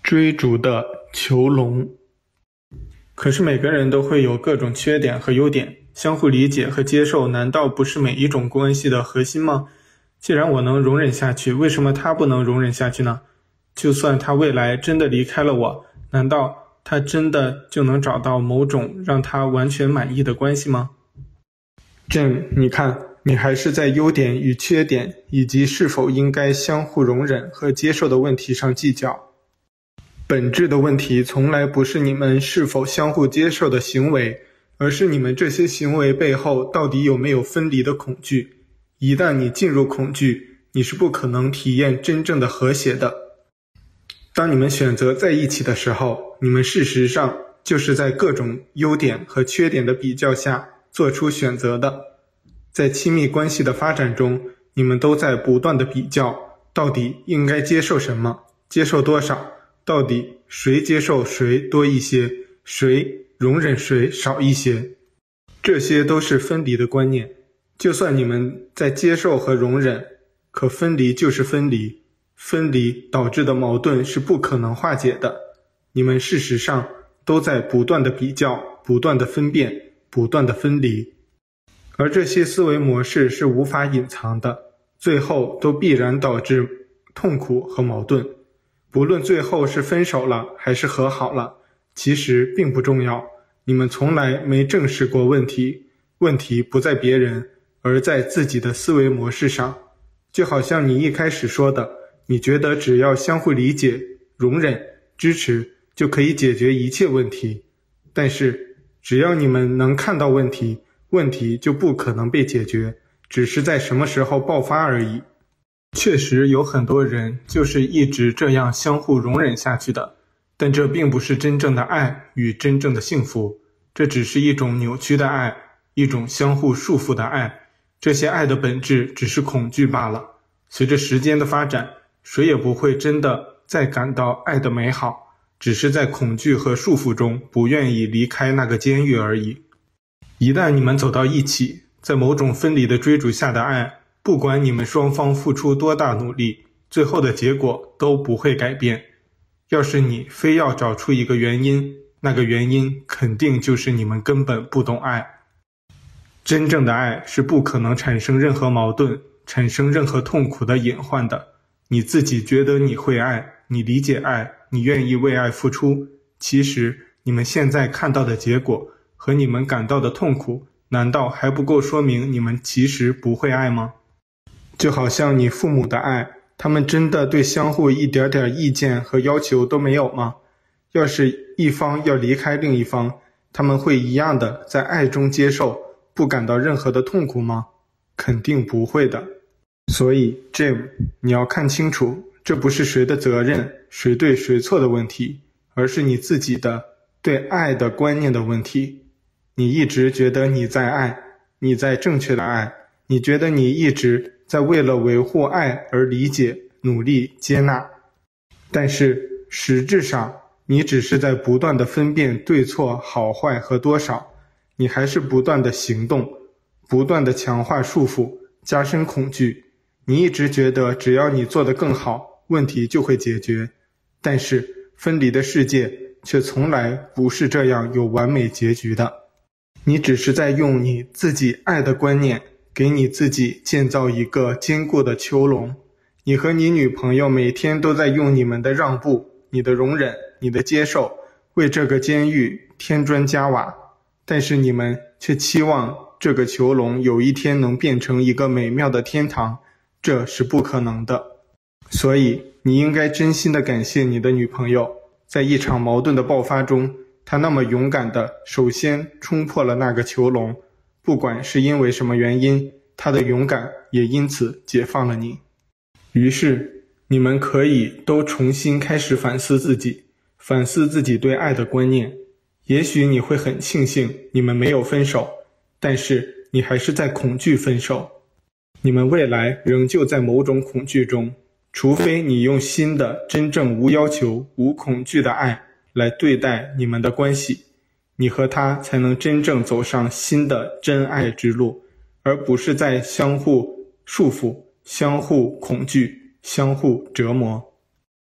追逐的囚笼。可是每个人都会有各种缺点和优点，相互理解和接受难道不是每一种关系的核心吗？既然我能容忍下去，为什么他不能容忍下去呢？就算他未来真的离开了我，难道他真的就能找到某种让他完全满意的关系吗？ Jim， 你看，你还是在优点与缺点以及是否应该相互容忍和接受的问题上计较。本质的问题从来不是你们是否相互接受的行为，而是你们这些行为背后到底有没有分离的恐惧。一旦你进入恐惧，你是不可能体验真正的和谐的。当你们选择在一起的时候，你们事实上就是在各种优点和缺点的比较下做出选择的。在亲密关系的发展中，你们都在不断的比较，到底应该接受什么，接受多少，到底谁接受谁多一些，谁容忍谁少一些。这些都是分离的观念。就算你们在接受和容忍，可分离就是分离，分离导致的矛盾是不可能化解的。你们事实上都在不断的比较，不断的分辨，不断的分离。而这些思维模式是无法隐藏的，最后都必然导致痛苦和矛盾。不论最后是分手了还是和好了，其实并不重要。你们从来没正视过问题，问题不在别人，而在自己的思维模式上。就好像你一开始说的，你觉得只要相互理解、容忍、支持，就可以解决一切问题。但是，只要你们能看到问题，问题就不可能被解决，只是在什么时候爆发而已。确实有很多人就是一直这样相互容忍下去的，但这并不是真正的爱与真正的幸福，这只是一种扭曲的爱，一种相互束缚的爱。这些爱的本质只是恐惧罢了。随着时间的发展，谁也不会真的再感到爱的美好，只是在恐惧和束缚中不愿意离开那个监狱而已。一旦你们走到一起，在某种分离的追逐下的爱，不管你们双方付出多大努力，最后的结果都不会改变。要是你非要找出一个原因，那个原因肯定就是你们根本不懂爱。真正的爱是不可能产生任何矛盾，产生任何痛苦的隐患的。你自己觉得你会爱，你理解爱，你愿意为爱付出，其实你们现在看到的结果和你们感到的痛苦，难道还不够说明你们其实不会爱吗？就好像你父母的爱，他们真的对相互一点点意见和要求都没有吗？要是一方要离开另一方，他们会一样的在爱中接受，不感到任何的痛苦吗？肯定不会的。所以 Jim， 你要看清楚，这不是谁的责任，谁对谁错的问题，而是你自己的对爱的观念的问题。你一直觉得你在爱，你在正确的爱，你觉得你一直在为了维护爱而理解、努力、接纳，但是实质上你只是在不断的分辨对错、好坏和多少，你还是不断的行动，不断的强化束缚，加深恐惧。你一直觉得只要你做得更好，问题就会解决，但是分离的世界却从来不是这样有完美结局的。你只是在用你自己爱的观念给你自己建造一个坚固的囚笼。你和你女朋友每天都在用你们的让步、你的容忍、你的接受为这个监狱添砖加瓦，但是你们却期望这个囚笼有一天能变成一个美妙的天堂，这是不可能的。所以你应该真心地感谢你的女朋友，在一场矛盾的爆发中，她那么勇敢地首先冲破了那个囚笼，不管是因为什么原因，她的勇敢也因此解放了你。于是你们可以都重新开始反思自己，反思自己对爱的观念。也许你会很庆幸你们没有分手，但是你还是在恐惧分手。你们未来仍旧在某种恐惧中，除非你用新的真正无要求、无恐惧的爱来对待你们的关系，你和他才能真正走上新的真爱之路，而不是在相互束缚、相互恐惧、相互折磨。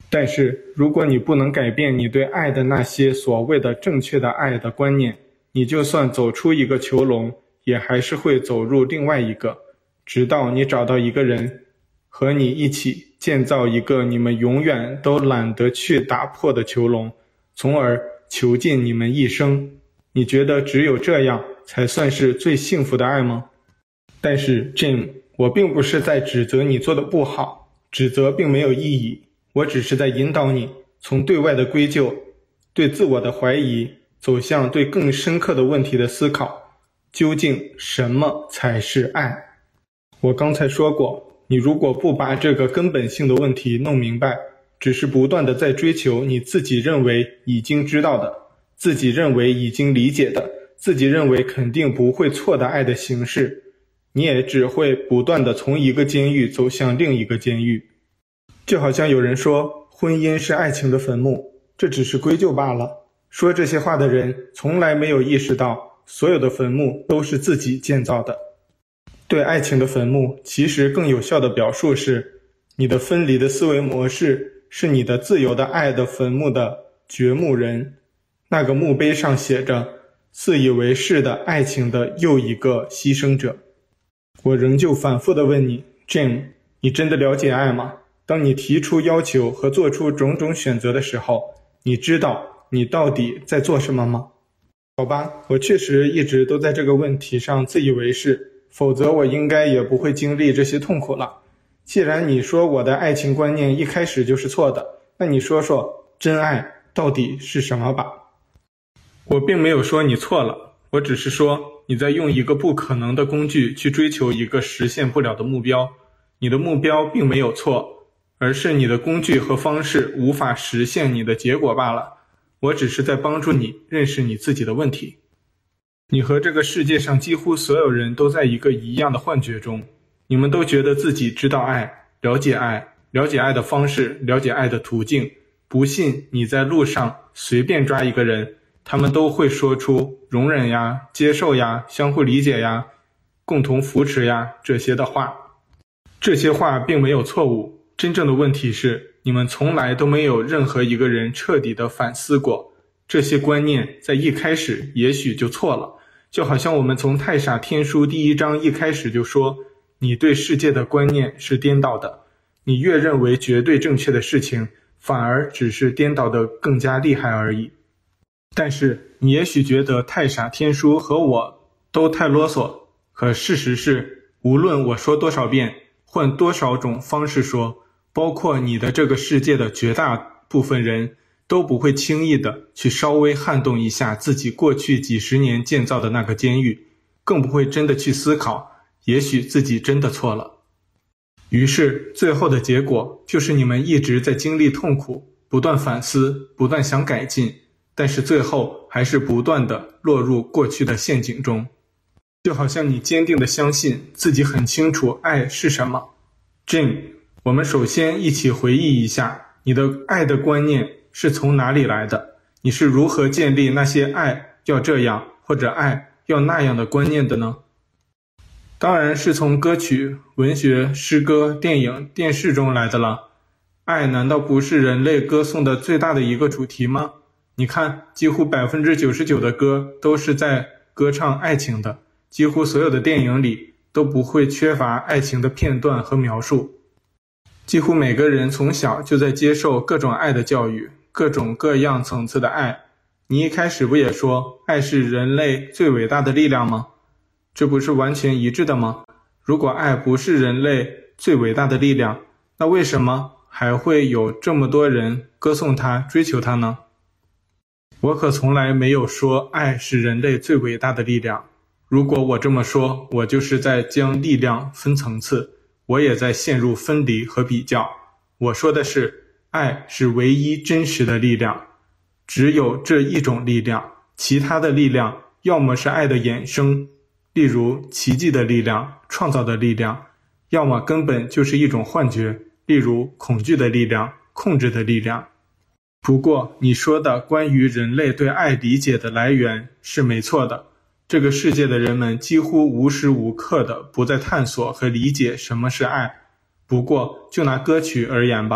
但是如果你不能改变你对爱的那些所谓的正确的爱的观念，你就算走出一个囚笼，也还是会走入另外一个，直到你找到一个人，和你一起建造一个你们永远都懒得去打破的囚笼，从而囚禁你们一生。你觉得只有这样才算是最幸福的爱吗？但是 Jim， 我并不是在指责你做的不好，指责并没有意义，我只是在引导你从对外的归咎、对自我的怀疑，走向对更深刻的问题的思考，究竟什么才是爱？我刚才说过，你如果不把这个根本性的问题弄明白，只是不断地在追求你自己认为已经知道的，自己认为已经理解的，自己认为肯定不会错的爱的形式，你也只会不断地从一个监狱走向另一个监狱。就好像有人说婚姻是爱情的坟墓，这只是归咎罢了。说这些话的人从来没有意识到，所有的坟墓都是自己建造的。对爱情的坟墓，其实更有效的表述是，你的分离的思维模式是你的自由的爱的坟墓的掘墓人，那个墓碑上写着自以为是的爱情的又一个牺牲者。我仍旧反复地问你 Jim， 你真的了解爱吗？当你提出要求和做出种种选择的时候，你知道你到底在做什么吗？好吧，我确实一直都在这个问题上自以为是，否则我应该也不会经历这些痛苦了。既然你说我的爱情观念一开始就是错的，那你说说真爱到底是什么吧？我并没有说你错了，我只是说你在用一个不可能的工具去追求一个实现不了的目标。你的目标并没有错，而是你的工具和方式无法实现你的结果罢了。我只是在帮助你认识你自己的问题。你和这个世界上几乎所有人都在一个一样的幻觉中，你们都觉得自己知道爱，了解爱，了解爱的方式，了解爱的途径。不信你在路上随便抓一个人，他们都会说出容忍呀、接受呀、相互理解呀、共同扶持呀这些的话。这些话并没有错误，真正的问题是你们从来都没有任何一个人彻底的反思过，这些观念在一开始也许就错了。就好像我们从太傻天书第1章一开始就说，你对世界的观念是颠倒的，你越认为绝对正确的事情，反而只是颠倒的更加厉害而已。但是你也许觉得太傻天书和我都太啰嗦，可事实是，无论我说多少遍，换多少种方式说，包括你的这个世界的绝大部分人都不会轻易的去稍微撼动一下自己过去几十年建造的那个监狱，更不会真的去思考，也许自己真的错了。于是最后的结果就是你们一直在经历痛苦，不断反思，不断想改进，但是最后还是不断的落入过去的陷阱中。就好像你坚定的相信自己很清楚爱是什么。Jim， 我们首先一起回忆一下，你的爱的观念是从哪里来的？你是如何建立那些爱要这样或者爱要那样的观念的呢？当然是从歌曲、文学、诗歌、电影、电视中来的了。爱难道不是人类歌颂的最大的一个主题吗？你看，几乎 99% 的歌都是在歌唱爱情的，几乎所有的电影里都不会缺乏爱情的片段和描述。几乎每个人从小就在接受各种爱的教育，各种各样层次的爱。你一开始不也说，爱是人类最伟大的力量吗？这不是完全一致的吗？如果爱不是人类最伟大的力量，那为什么还会有这么多人歌颂它、追求它呢？我可从来没有说爱是人类最伟大的力量。如果我这么说，我就是在将力量分层次，我也在陷入分离和比较。我说的是，爱是唯一真实的力量，只有这一种力量，其他的力量要么是爱的衍生，例如奇迹的力量、创造的力量，要么根本就是一种幻觉，例如恐惧的力量、控制的力量。不过你说的关于人类对爱理解的来源是没错的，这个世界的人们几乎无时无刻的不在探索和理解什么是爱。不过就拿歌曲而言吧，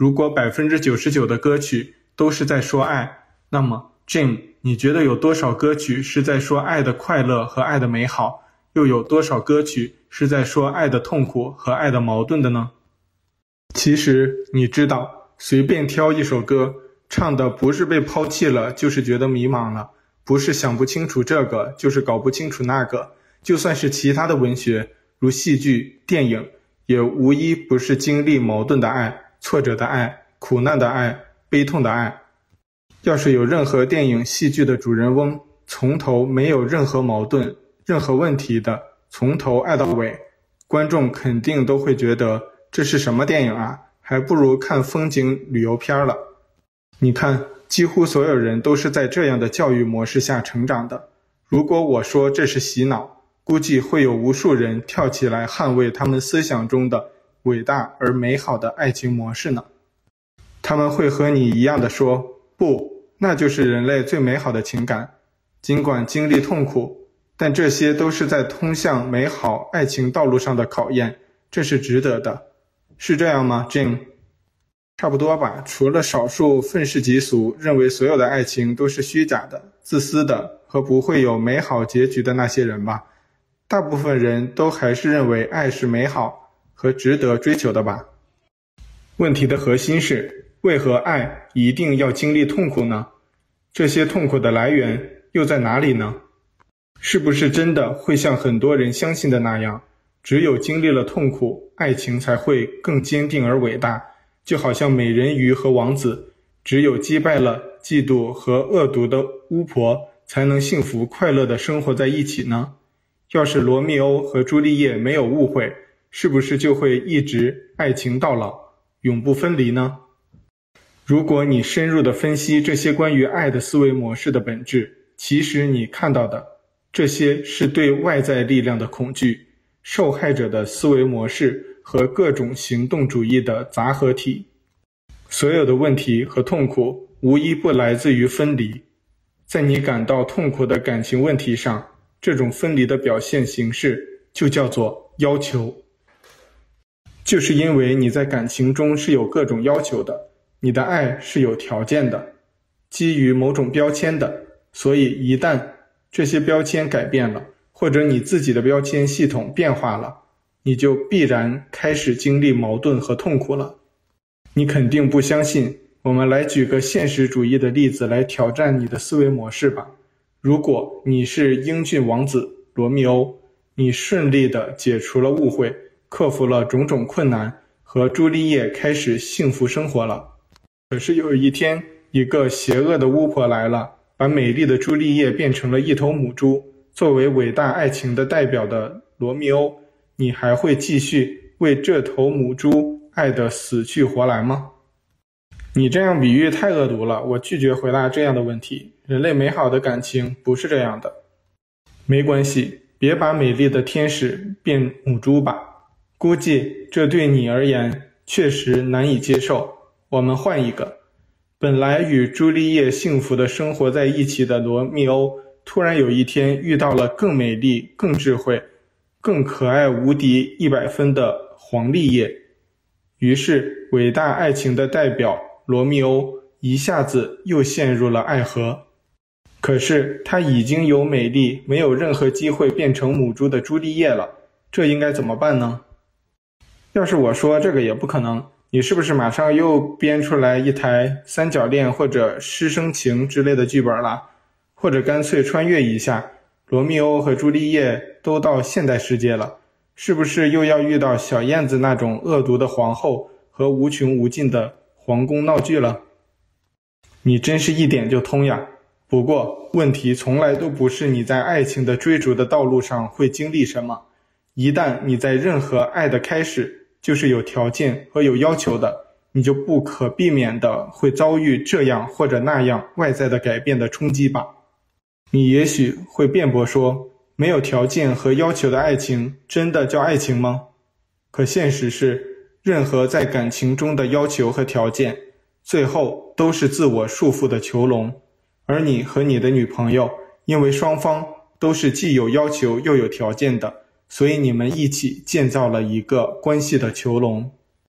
如果99%的歌曲都是在说爱，那么 Jim， 你觉得有多少歌曲是在说爱的快乐和爱的美好，又有多少歌曲是在说爱的痛苦和爱的矛盾的呢？其实你知道，随便挑一首歌，唱的不是被抛弃了，就是觉得迷茫了，不是想不清楚这个，就是搞不清楚那个，就算是其他的文学，如戏剧、电影，也无一不是经历矛盾的爱、挫折的爱、苦难的爱、悲痛的爱。要是有任何电影、戏剧的主人翁从头没有任何矛盾、任何问题的，从头爱到尾，观众肯定都会觉得这是什么电影啊，还不如看风景旅游片了。你看，几乎所有人都是在这样的教育模式下成长的。如果我说这是洗脑，估计会有无数人跳起来捍卫他们思想中的伟大而美好的爱情模式呢。他们会和你一样的说，不，那就是人类最美好的情感，尽管经历痛苦，但这些都是在通向美好爱情道路上的考验，这是值得的。是这样吗 Jim？ 差不多吧，除了少数愤世嫉俗，认为所有的爱情都是虚假的、自私的和不会有美好结局的那些人吧，大部分人都还是认为爱是美好和值得追求的吧。问题的核心是，为何爱一定要经历痛苦呢？这些痛苦的来源又在哪里呢？是不是真的会像很多人相信的那样，只有经历了痛苦，爱情才会更坚定而伟大，就好像美人鱼和王子，只有击败了嫉妒和恶毒的巫婆，才能幸福快乐地生活在一起呢？要是罗密欧和朱丽叶没有误会，是不是就会一直爱情到老，永不分离呢？如果你深入地分析这些关于爱的思维模式的本质，其实你看到的，这些是对外在力量的恐惧，受害者的思维模式和各种行动主义的杂合体。所有的问题和痛苦无一不来自于分离。在你感到痛苦的感情问题上，这种分离的表现形式就叫做要求。就是因为你在感情中是有各种要求的，你的爱是有条件的，基于某种标签的，所以一旦这些标签改变了，或者你自己的标签系统变化了，你就必然开始经历矛盾和痛苦了。你肯定不相信，我们来举个现实主义的例子来挑战你的思维模式吧。如果你是英俊王子罗密欧，你顺利地解除了误会，克服了种种困难，和朱丽叶开始幸福生活了。可是有一天，一个邪恶的巫婆来了，把美丽的朱丽叶变成了一头母猪。作为伟大爱情的代表的罗密欧，你还会继续为这头母猪爱得死去活来吗？你这样比喻太恶毒了，我拒绝回答这样的问题。人类美好的感情不是这样的。没关系，别把美丽的天使变母猪吧。估计这对你而言确实难以接受。我们换一个，本来与朱丽叶幸福地生活在一起的罗密欧，突然有一天遇到了更美丽、更智慧、更可爱无敌100分的黄丽叶。于是伟大爱情的代表罗密欧一下子又陷入了爱河。可是他已经有美丽，没有任何机会变成母猪的朱丽叶了，这应该怎么办呢？要是我说这个也不可能，你是不是马上又编出来一台三角恋或者师生情之类的剧本了？或者干脆穿越一下，罗密欧和朱丽叶都到现代世界了，是不是又要遇到小燕子那种恶毒的皇后和无穷无尽的皇宫闹剧了？你真是一点就通呀。不过问题从来都不是你在爱情的追逐的道路上会经历什么，一旦你在任何爱的开始就是有条件和有要求的，你就不可避免的会遭遇这样或者那样外在的改变的冲击吧。你也许会辩驳说，没有条件和要求的爱情真的叫爱情吗？可现实是，任何在感情中的要求和条件，最后都是自我束缚的囚笼。而你和你的女朋友，因为双方都是既有要求又有条件的，所以你们一起建造了一个关系的囚笼。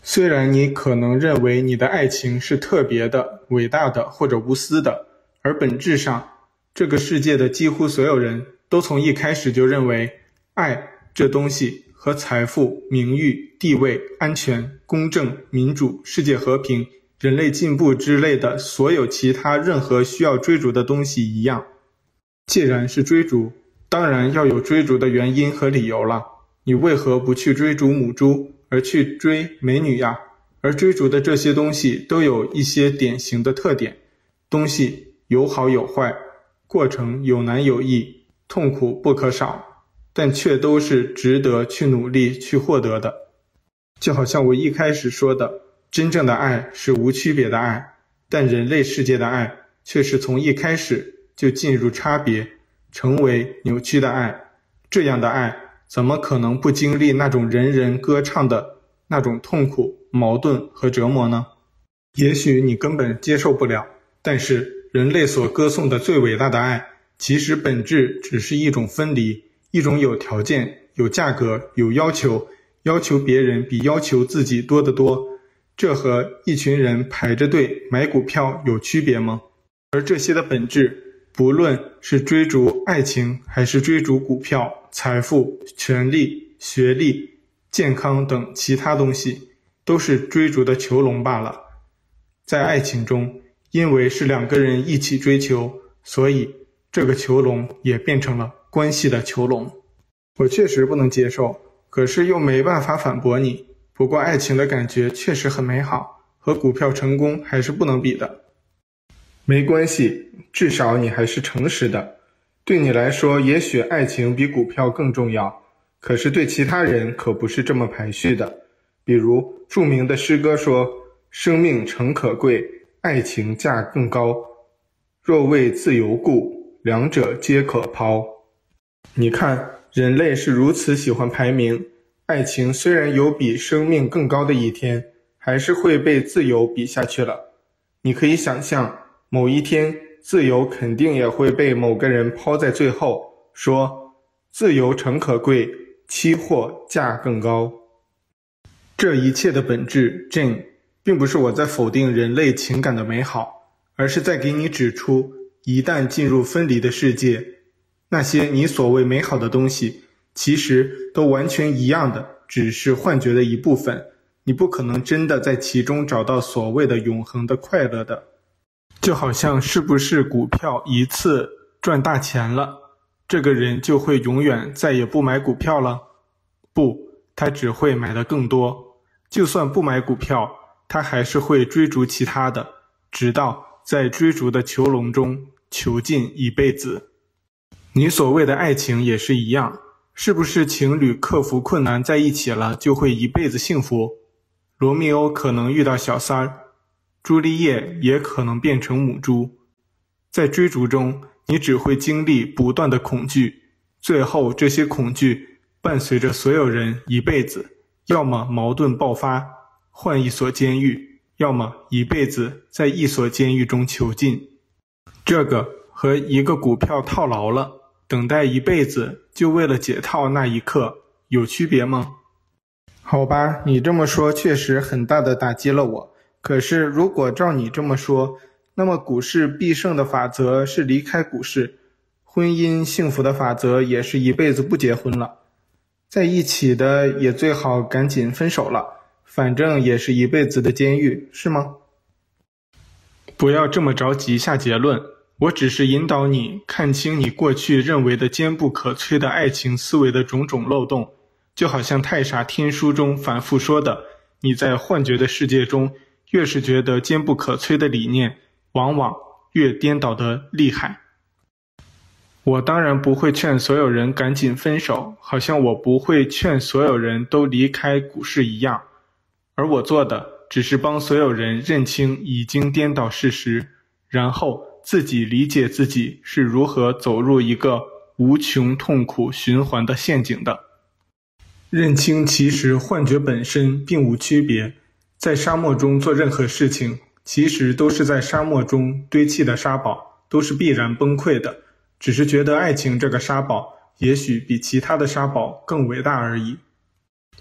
虽然你可能认为你的爱情是特别的、伟大的或者无私的，而本质上，这个世界的几乎所有人都从一开始就认为，爱这东西和财富、名誉、地位、安全、公正、民主、世界和平、人类进步之类的所有其他任何需要追逐的东西一样。既然是追逐，当然要有追逐的原因和理由了。你为何不去追逐母猪，而去追美女呀？而追逐的这些东西都有一些典型的特点，东西有好有坏，过程有难有易，痛苦不可少，但却都是值得去努力去获得的。就好像我一开始说的，真正的爱是无区别的爱，但人类世界的爱却是从一开始就进入差别，成为扭曲的爱。这样的爱怎么可能不经历那种人人歌唱的那种痛苦、矛盾和折磨呢？也许你根本接受不了，但是人类所歌颂的最伟大的爱，其实本质只是一种分离，一种有条件、有价格、有要求，要求别人比要求自己多得多。这和一群人排着队买股票有区别吗？而这些的本质，不论是追逐爱情，还是追逐股票、财富、权力、学历、健康等其他东西，都是追逐的囚笼罢了。在爱情中，因为是两个人一起追求，所以这个囚笼也变成了关系的囚笼。我确实不能接受，可是又没办法反驳你。不过爱情的感觉确实很美好，和股票成功还是不能比的。没关系，至少你还是诚实的。对你来说，也许爱情比股票更重要，可是对其他人可不是这么排序的。比如著名的诗歌说，生命诚可贵，爱情价更高，若为自由故，两者皆可抛。你看，人类是如此喜欢排名，爱情虽然有比生命更高的一天，还是会被自由比下去了。你可以想象，某一天自由肯定也会被某个人抛在最后，说自由诚可贵，期货价更高。这一切的本质 Jane， 并不是我在否定人类情感的美好，而是在给你指出，一旦进入分离的世界，那些你所谓美好的东西其实都完全一样的，只是幻觉的一部分，你不可能真的在其中找到所谓的永恒的快乐的。就好像是不是股票一次赚大钱了，这个人就会永远再也不买股票了？不，他只会买得更多。就算不买股票，他还是会追逐其他的，直到在追逐的囚笼中囚禁一辈子。你所谓的爱情也是一样，是不是情侣克服困难在一起了就会一辈子幸福？罗密欧可能遇到小三儿，朱丽叶也可能变成母猪。在追逐中，你只会经历不断的恐惧，最后这些恐惧伴随着所有人一辈子，要么矛盾爆发，换一所监狱，要么一辈子在一所监狱中囚禁。这个和一个股票套牢了，等待一辈子就为了解套那一刻，有区别吗？好吧，你这么说确实很大的打击了我。可是如果照你这么说，那么股市必胜的法则是离开股市，婚姻幸福的法则也是一辈子不结婚了，在一起的也最好赶紧分手了，反正也是一辈子的监狱，是吗？不要这么着急下结论，我只是引导你看清你过去认为的坚不可摧的爱情思维的种种漏洞，就好像太傻天书中反复说的，你在幻觉的世界中，越是觉得坚不可摧的理念，往往越颠倒得厉害。我当然不会劝所有人赶紧分手，好像我不会劝所有人都离开股市一样，而我做的只是帮所有人认清已经颠倒事实，然后自己理解自己是如何走入一个无穷痛苦循环的陷阱的。认清其实幻觉本身并无区别，在沙漠中做任何事情，其实都是在沙漠中堆砌的沙堡，都是必然崩溃的，只是觉得爱情这个沙堡也许比其他的沙堡更伟大而已。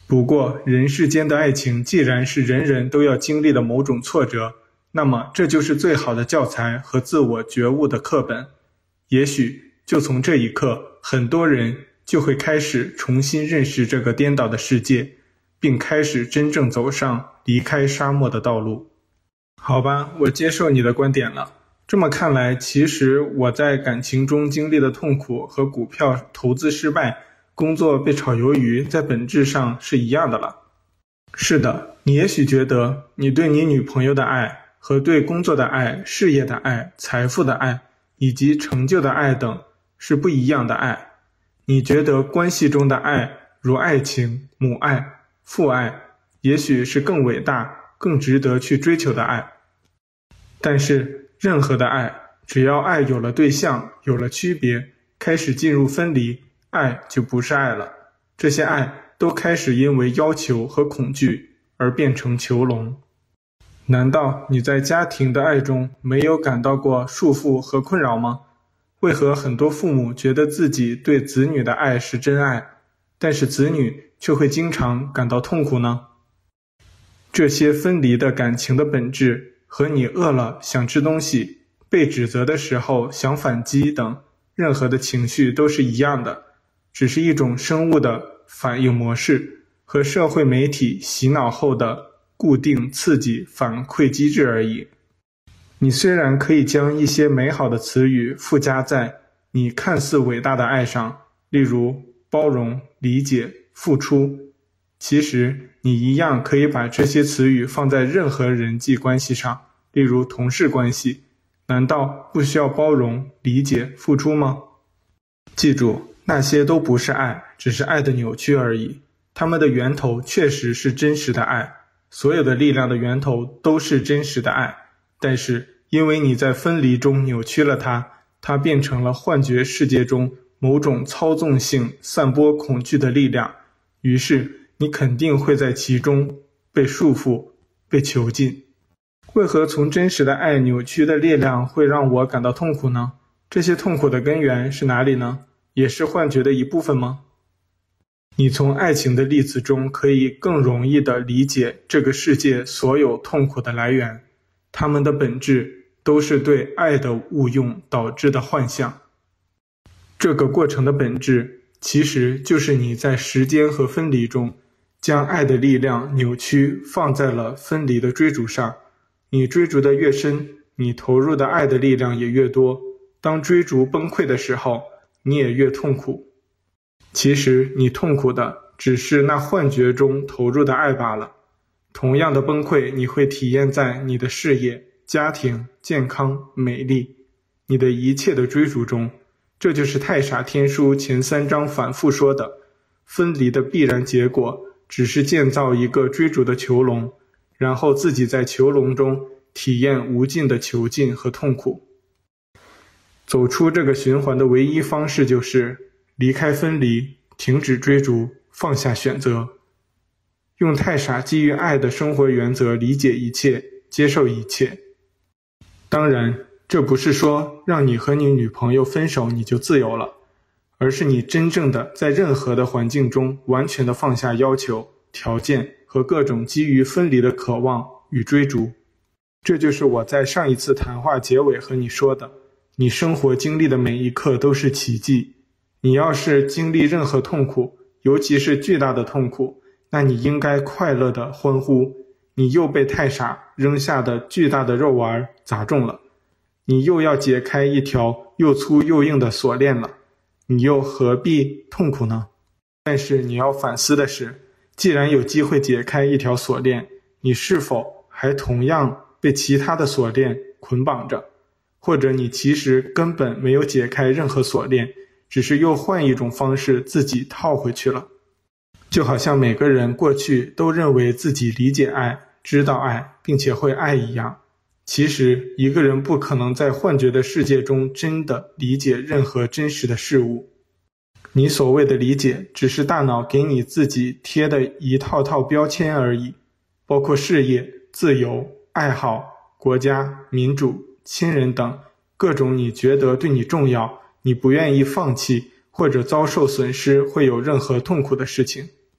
不过，人世间的爱情既然是人人都要经历的某种挫折，那么这就是最好的教材和自我觉悟的课本。也许就从这一刻，很多人就会开始重新认识这个颠倒的世界，并开始真正走上离开沙漠的道路。好吧，我接受你的观点了。这么看来，其实我在感情中经历的痛苦和股票投资失败、工作被炒鱿鱼在本质上是一样的了。是的，你也许觉得你对你女朋友的爱和对工作的爱、事业的爱、财富的爱以及成就的爱等是不一样的爱。你觉得关系中的爱，如爱情、母爱、父爱，也许是更伟大、更值得去追求的爱。但是任何的爱，只要爱有了对象，有了区别，开始进入分离，爱就不是爱了。这些爱都开始因为要求和恐惧而变成囚笼。难道你在家庭的爱中没有感到过束缚和困扰吗？为何很多父母觉得自己对子女的爱是真爱，但是子女却会经常感到痛苦呢？这些分离的感情的本质和你饿了想吃东西、被指责的时候想反击等任何的情绪都是一样的，只是一种生物的反应模式和社会媒体洗脑后的固定刺激反馈机制而已。你虽然可以将一些美好的词语附加在你看似伟大的爱上，例如包容、理解、付出，其实你一样可以把这些词语放在任何人际关系上，例如同事关系，难道不需要包容、理解、付出吗？记住，那些都不是爱，只是爱的扭曲而已。它们的源头确实是真实的爱，所有的力量的源头都是真实的爱，但是因为你在分离中扭曲了它变成了幻觉世界中某种操纵性散播恐惧的力量，于是你肯定会在其中被束缚、被囚禁。为何从真实的爱扭曲的力量会让我感到痛苦呢？这些痛苦的根源是哪里呢？也是幻觉的一部分吗？你从爱情的例子中可以更容易地理解这个世界所有痛苦的来源，它们的本质都是对爱的误用导致的幻象。这个过程的本质其实就是你在时间和分离中将爱的力量扭曲放在了分离的追逐上，你追逐的越深，你投入的爱的力量也越多，当追逐崩溃的时候，你也越痛苦。其实你痛苦的只是那幻觉中投入的爱罢了。同样的崩溃你会体验在你的事业、家庭、健康、美丽，你的一切的追逐中。这就是太傻天书前3章反复说的，分离的必然结果只是建造一个追逐的囚笼，然后自己在囚笼中体验无尽的囚禁和痛苦。走出这个循环的唯一方式就是离开分离，停止追逐，放下选择，用太傻基于爱的生活原则理解一切，接受一切。当然，这不是说让你和你女朋友分手你就自由了，而是你真正的在任何的环境中完全的放下要求、条件和各种基于分离的渴望与追逐。这就是我在上一次谈话结尾和你说的，你生活经历的每一刻都是奇迹。你要是经历任何痛苦，尤其是巨大的痛苦，那你应该快乐地欢呼，你又被太傻扔下的巨大的肉丸砸中了，你又要解开一条又粗又硬的锁链了，你又何必痛苦呢？但是你要反思的是，既然有机会解开一条锁链，你是否还同样被其他的锁链捆绑着？或者你其实根本没有解开任何锁链，只是又换一种方式自己套回去了。就好像每个人过去都认为自己理解爱、知道爱，并且会爱一样。其实一个人不可能在幻觉的世界中真的理解任何真实的事物。你所谓的理解，只是大脑给你自己贴的一套套标签而已，包括事业、自由、爱好、国家、民主、亲人等各种你觉得对你重要，你不愿意放弃或者遭受损失会有任何痛苦的事情。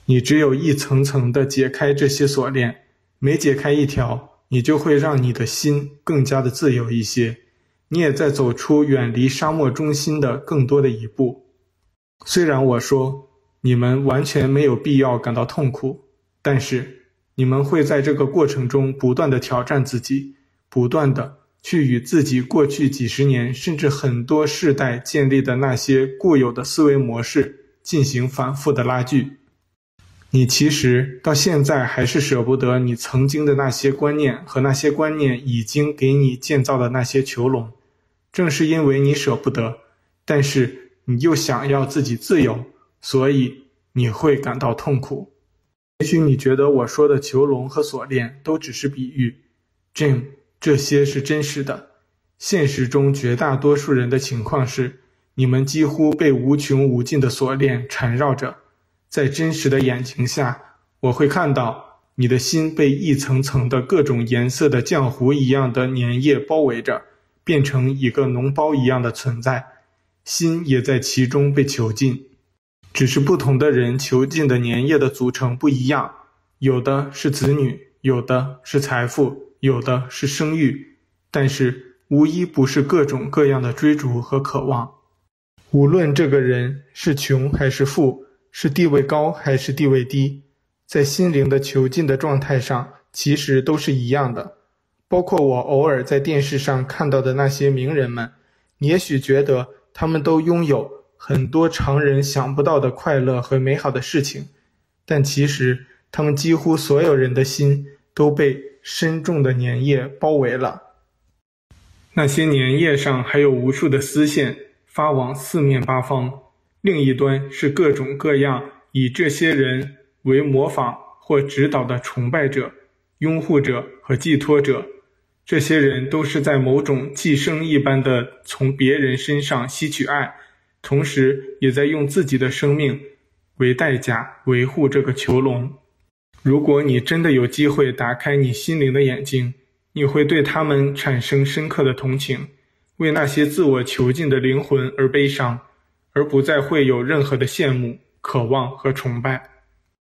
你只有一层层地解开这些锁链，每解开一条，你就会让你的心更加的自由一些，你也在走出远离沙漠中心的更多的一步。虽然我说你们完全没有必要感到痛苦，但是你们会在这个过程中不断地挑战自己，不断地去与自己过去几十年甚至很多世代建立的那些固有的思维模式进行反复的拉锯。你其实到现在还是舍不得你曾经的那些观念和那些观念已经给你建造的那些囚笼，正是因为你舍不得，但是你又想要自己自由，所以你会感到痛苦。也许你觉得我说的囚笼和锁链都只是比喻， Jim， 这些是真实的。现实中绝大多数人的情况是，你们几乎被无穷无尽的锁链缠绕着。在真实的眼睛下，我会看到你的心被一层层的各种颜色的浆糊一样的粘液包围着，变成一个脓包一样的存在，心也在其中被囚禁。只是不同的人囚禁的粘液的组成不一样，有的是子女，有的是财富，有的是生育，但是无一不是各种各样的追逐和渴望。无论这个人是穷还是富，是地位高还是地位低，在心灵的囚禁的状态上其实都是一样的。包括我偶尔在电视上看到的那些名人们，你也许觉得他们都拥有很多常人想不到的快乐和美好的事情，但其实他们几乎所有人的心都被深重的粘液包围了。那些粘液上还有无数的丝线发往四面八方，另一端是各种各样以这些人为模仿或指导的崇拜者、拥护者和寄托者。这些人都是在某种寄生一般的从别人身上吸取爱，同时也在用自己的生命为代价维护这个囚笼。如果你真的有机会打开你心灵的眼睛，你会对他们产生深刻的同情，为那些自我囚禁的灵魂而悲伤，而不再会有任何的羡慕、渴望和崇拜。